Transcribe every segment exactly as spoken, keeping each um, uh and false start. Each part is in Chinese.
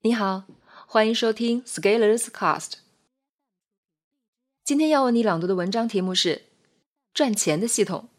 你好，欢迎收听 Scalers Cast。 今天要为你朗读的文章题目是赚钱的系统。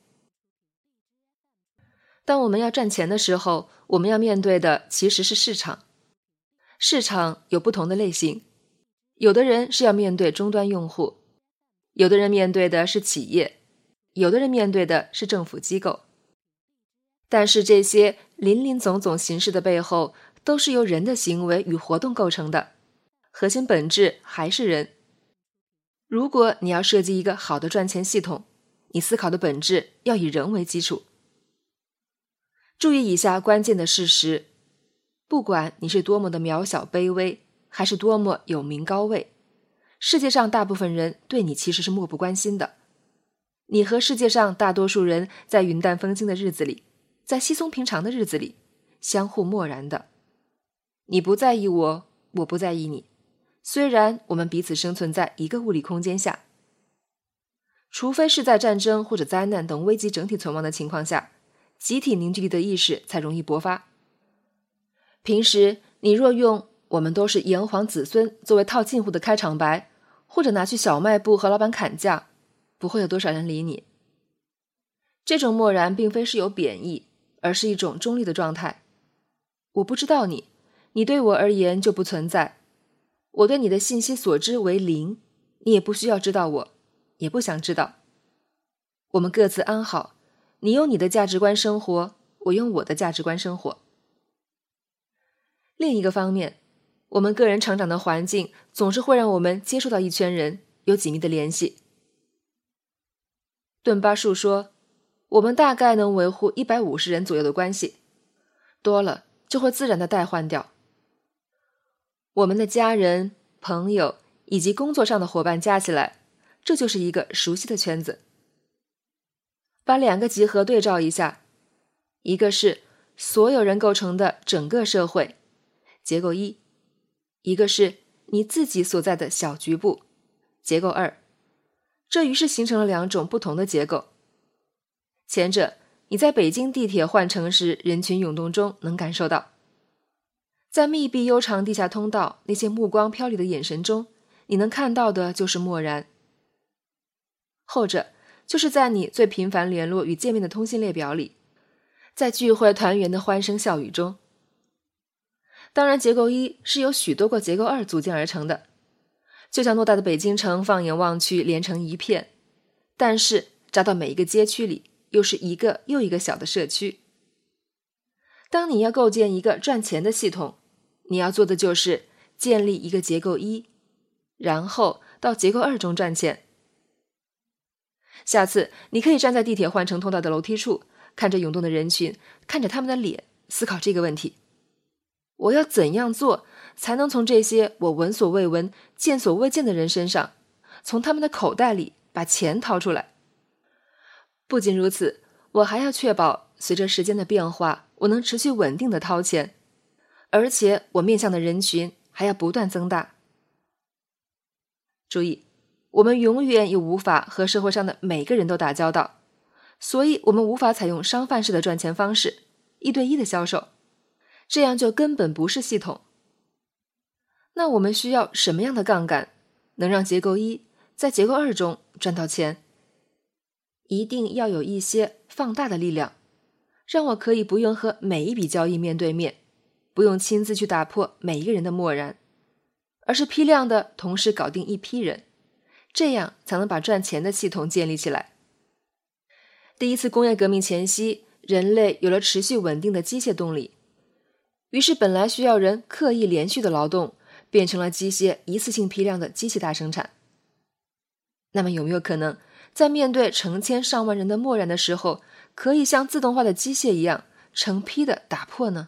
当我们要赚钱的时候，我们要面对的其实是市场。市场有不同的类型，有的人是要面对终端用户，有的人面对的是企业，有的人面对的是政府机构。但是这些林林总总形式的背后，都是由人的行为与活动构成的，核心本质还是人。如果你要设计一个好的赚钱系统，你思考的本质要以人为基础。注意以下关键的事实，不管你是多么的渺小卑微，还是多么有名高位，世界上大部分人对你其实是漠不关心的。你和世界上大多数人在云淡风轻的日子里，在稀松平常的日子里，相互漠然的。你不在意我，我不在意你，虽然我们彼此生存在一个物理空间下。除非是在战争或者灾难等危及整体存亡的情况下，集体凝聚力的意识才容易勃发。平时你若用我们都是炎黄子孙作为套近乎的开场白，或者拿去小卖部和老板砍价，不会有多少人理你。这种漠然并非是有贬义，而是一种中立的状态。我不知道你，你对我而言就不存在。我对你的信息所知为零，你也不需要知道我，也不想知道。我们各自安好，你用你的价值观生活，我用我的价值观生活。另一个方面，我们个人成长的环境总是会让我们接触到一圈人，有紧密的联系。顿巴数说，我们大概能维护一百五十人左右的关系，多了就会自然地代换掉。我们的家人、朋友以及工作上的伙伴加起来，这就是一个熟悉的圈子。把两个集合对照一下，一个是所有人构成的整个社会，结构一；一个是你自己所在的小局部，结构二。这于是形成了两种不同的结构。前者，你在北京地铁换乘时人群涌动中能感受到，在密闭悠长地下通道那些目光飘离的眼神中，你能看到的就是漠然。后者就是在你最频繁联络与见面的通信列表里，在聚会团圆的欢声笑语中。当然结构一是由许多个结构二组建而成的，就像偌大的北京城放眼望去连成一片，但是扎到每一个街区里又是一个又一个小的社区。当你要构建一个赚钱的系统，你要做的就是建立一个结构一，然后到结构二中赚钱。下次你可以站在地铁换乘通道的楼梯处，看着涌动的人群，看着他们的脸，思考这个问题：我要怎样做才能从这些我闻所未闻、见所未见的人身上，从他们的口袋里把钱掏出来？不仅如此，我还要确保随着时间的变化，我能持续稳定的掏钱，而且我面向的人群还要不断增大。注意，我们永远也无法和社会上的每个人都打交道，所以我们无法采用商贩式的赚钱方式，一对一的销售，这样就根本不是系统。那我们需要什么样的杠杆，能让结构一在结构二中赚到钱？一定要有一些放大的力量，让我可以不用和每一笔交易面对面，不用亲自去打破每一个人的漠然，而是批量的同时搞定一批人，这样才能把赚钱的系统建立起来。第一次工业革命前夕，人类有了持续稳定的机械动力，于是本来需要人刻意连续的劳动，变成了机械一次性批量的机器大生产。那么有没有可能，在面对成千上万人的漠然的时候，可以像自动化的机械一样成批的打破呢？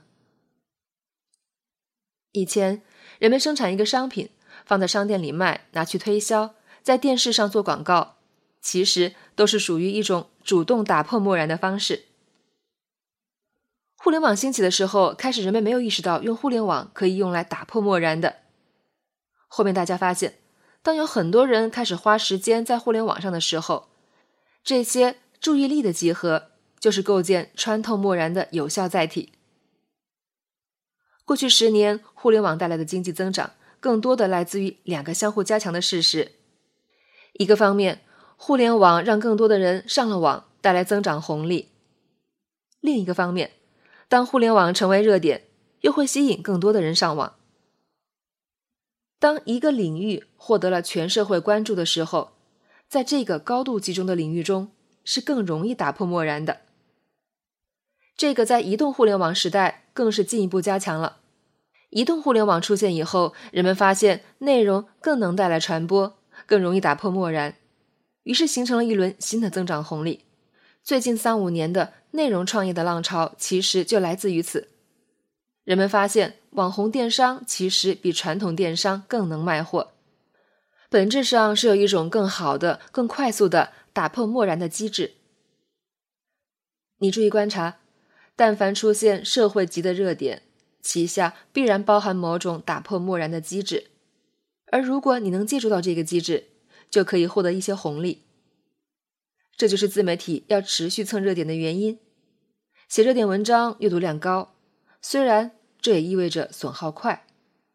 以前人们生产一个商品，放在商店里卖，拿去推销，在电视上做广告，其实都是属于一种主动打破漠然的方式。互联网兴起的时候，开始人们没有意识到用互联网可以用来打破漠然的。后面大家发现，当有很多人开始花时间在互联网上的时候，这些注意力的集合就是构建穿透漠然的有效载体。 过去十年，互联网带来的经济增长，更多的来自于两个相互加强的事实。一个方面，互联网让更多的人上了网，带来增长红利。另一个方面，当互联网成为热点，又会吸引更多的人上网。当一个领域获得了全社会关注的时候，在这个高度集中的领域中，是更容易打破漠然的。这个在移动互联网时代更是进一步加强了。移动互联网出现以后，人们发现内容更能带来传播，更容易打破漠然，于是形成了一轮新的增长红利。最近三五年的内容创业的浪潮其实就来自于此。人们发现网红电商其实比传统电商更能卖货，本质上是有一种更好的、更快速的打破漠然的机制。你注意观察，但凡出现社会级的热点，其下必然包含某种打破漠然的机制，而如果你能借助到这个机制，就可以获得一些红利。这就是自媒体要持续蹭热点的原因。写热点文章阅读量高，虽然这也意味着损耗快。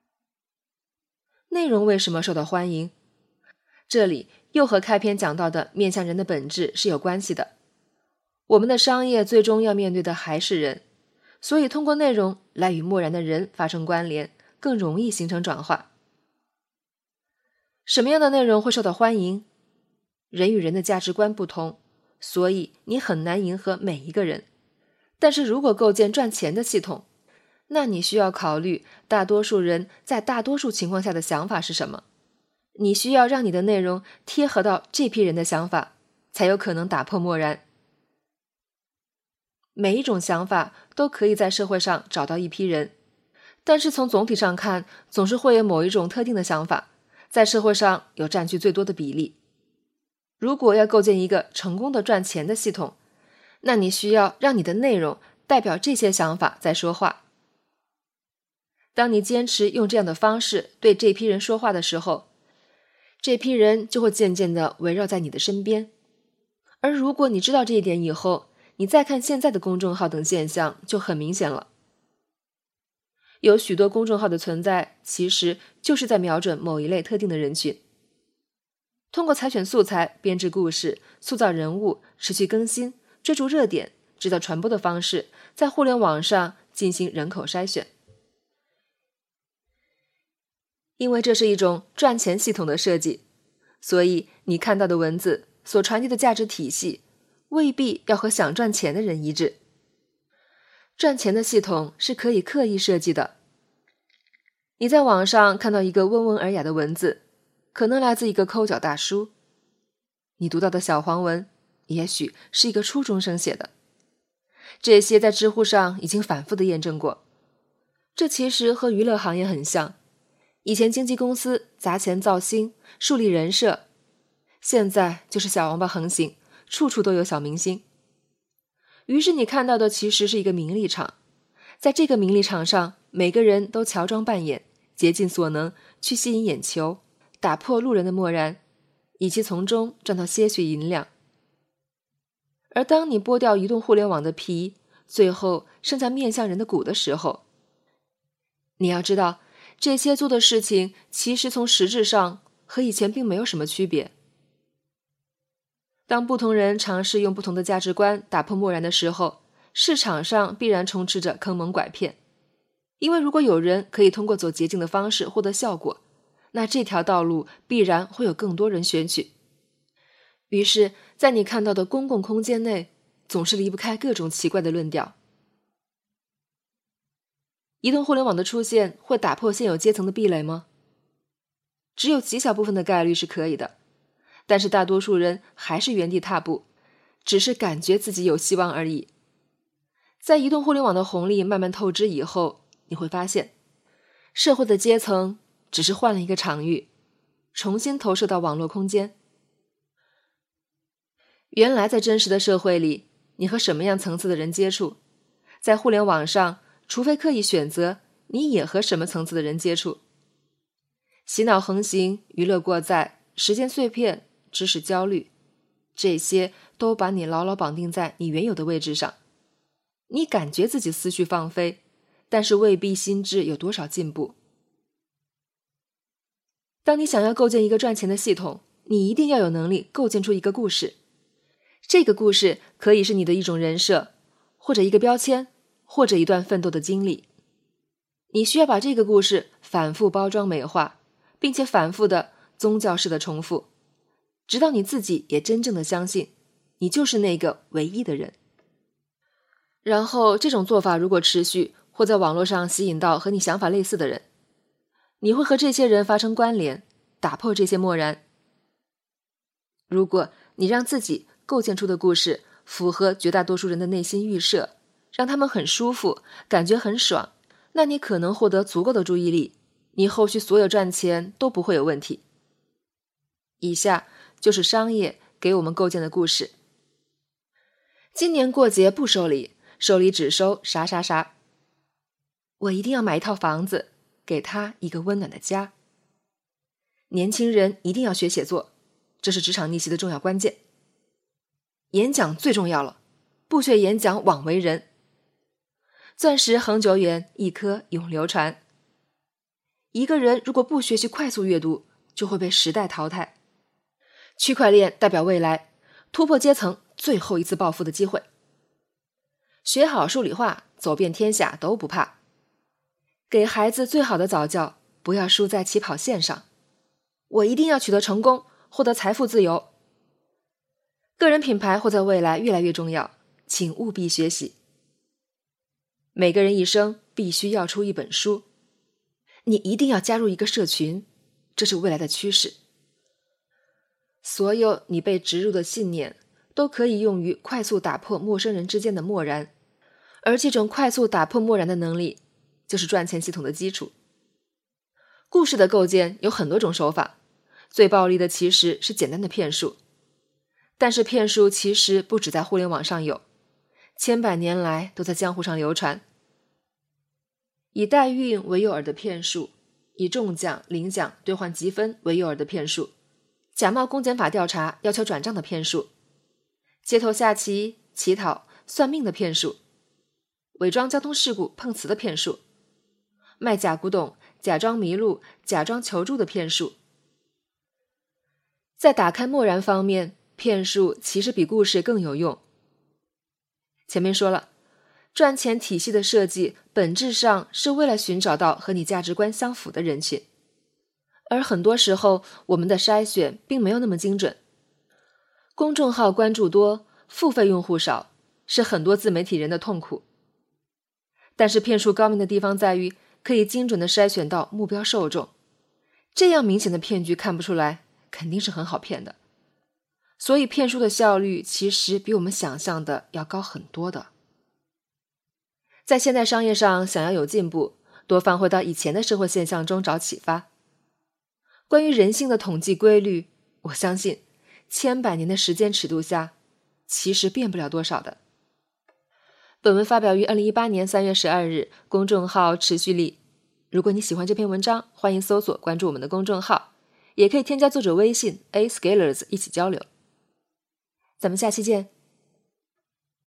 内容为什么受到欢迎？这里又和开篇讲到的面向人的本质是有关系的。我们的商业最终要面对的还是人，所以通过内容来与漠然的人发生关联，更容易形成转化。什么样的内容会受到欢迎？人与人的价值观不同，所以你很难迎合每一个人。但是如果构建赚钱的系统，那你需要考虑大多数人在大多数情况下的想法是什么。你需要让你的内容贴合到这批人的想法，才有可能打破漠然。每一种想法都可以在社会上找到一批人，但是从总体上看，总是会有某一种特定的想法在社会上有占据最多的比例。如果要构建一个成功的赚钱的系统，那你需要让你的内容代表这些想法在说话。当你坚持用这样的方式对这批人说话的时候，这批人就会渐渐地围绕在你的身边。而如果你知道这一点以后，你再看现在的公众号等现象就很明显了。有许多公众号的存在，其实就是在瞄准某一类特定的人群。通过采选素材、编制故事、塑造人物、持续更新、追逐热点、制造传播的方式，在互联网上进行人口筛选。因为这是一种赚钱系统的设计，所以你看到的文字所传递的价值体系未必要和想赚钱的人一致。赚钱的系统是可以刻意设计的。你在网上看到一个温文尔雅的文字，可能来自一个抠脚大叔。你读到的小黄文，也许是一个初中生写的。这些在知乎上已经反复的验证过。这其实和娱乐行业很像。以前经纪公司砸钱造星，树立人设，现在就是小王八横行，处处都有小明星。于是你看到的其实是一个名利场，在这个名利场上，每个人都乔装扮演，竭尽所能去吸引眼球，打破路人的漠然，以期从中赚到些许银两。而当你剥掉移动互联网的皮，最后剩下面向人的骨的时候，你要知道这些做的事情其实从实质上和以前并没有什么区别。当不同人尝试用不同的价值观打破漠然的时候，市场上必然充斥着坑蒙拐骗。因为如果有人可以通过走捷径的方式获得效果，那这条道路必然会有更多人选取。于是在你看到的公共空间内，总是离不开各种奇怪的论调。移动互联网的出现会打破现有阶层的壁垒吗？只有极小部分的概率是可以的，但是大多数人还是原地踏步，只是感觉自己有希望而已。在移动互联网的红利慢慢透支以后，你会发现，社会的阶层只是换了一个场域，重新投射到网络空间。原来在真实的社会里，你和什么样层次的人接触，在互联网上除非刻意选择，你也和什么层次的人接触。洗脑横行，娱乐过载，时间碎片，知识焦虑，这些都把你牢牢绑定在你原有的位置上。你感觉自己思绪放飞， 但是未必心智有多少进步。当你想要构建一个赚钱的系统，你一定要有能力构建出一个故事。这个故事可以是你的一种人设，或者一个标签，或者一段奋斗的经历。你需要把这个故事反复包装美化，并且反复的宗教式的重复，直到你自己也真正的相信，你就是那个唯一的人。然后这种做法如果持续，或在网络上吸引到和你想法类似的人，你会和这些人发生关联，打破这些漠然。如果你让自己构建出的故事符合绝大多数人的内心预设，让他们很舒服，感觉很爽，那你可能获得足够的注意力，你后续所有赚钱都不会有问题。以下就是商业给我们构建的故事。今年过节不收礼，收礼只收啥啥啥。我一定要买一套房子，给他一个温暖的家。年轻人一定要学写作，这是职场逆袭的重要关键。演讲最重要了，不学演讲枉为人。钻石恒久远，一颗永流传。一个人如果不学习快速阅读，就会被时代淘汰。区块链代表未来，突破阶层最后一次暴富的机会。学好数理化，走遍天下都不怕。给孩子最好的早教，不要输在起跑线上。我一定要取得成功，获得财富自由。个人品牌会在未来越来越重要，请务必学习。每个人一生必须要出一本书，你一定要加入一个社群，这是未来的趋势。所有你被植入的信念都可以用于快速打破陌生人之间的漠然，而这种快速打破漠然的能力就是赚钱系统的基础。故事的构建有很多种手法，最暴力的其实是简单的骗术。但是骗术其实不只在互联网上有，千百年来都在江湖上流传。以代孕为诱饵的骗术，以中奖领奖兑换积分为诱饵的骗术，假冒公检法调查要求转账的骗术，街头下棋乞讨算命的骗术，伪装交通事故碰瓷的骗术，卖假古董假装迷路假装求助的骗术。在打开漠然方面，骗术其实比故事更有用。前面说了，赚钱体系的设计本质上是为了寻找到和你价值观相符的人群，而很多时候我们的筛选并没有那么精准。公众号关注多，付费用户少，是很多自媒体人的痛苦。但是骗术高明的地方在于可以精准地筛选到目标受众，这样明显的骗局看不出来，肯定是很好骗的。所以骗术的效率其实比我们想象的要高很多的。在现代商业上想要有进步，多返回到以前的社会现象中找启发。关于人性的统计规律，我相信千百年的时间尺度下，其实变不了多少的。本文发表于二零一八年三月十二日，公众号持续力。如果你喜欢这篇文章，欢迎搜索关注我们的公众号，也可以添加作者微信 A Scalers 一起交流。咱们下期见。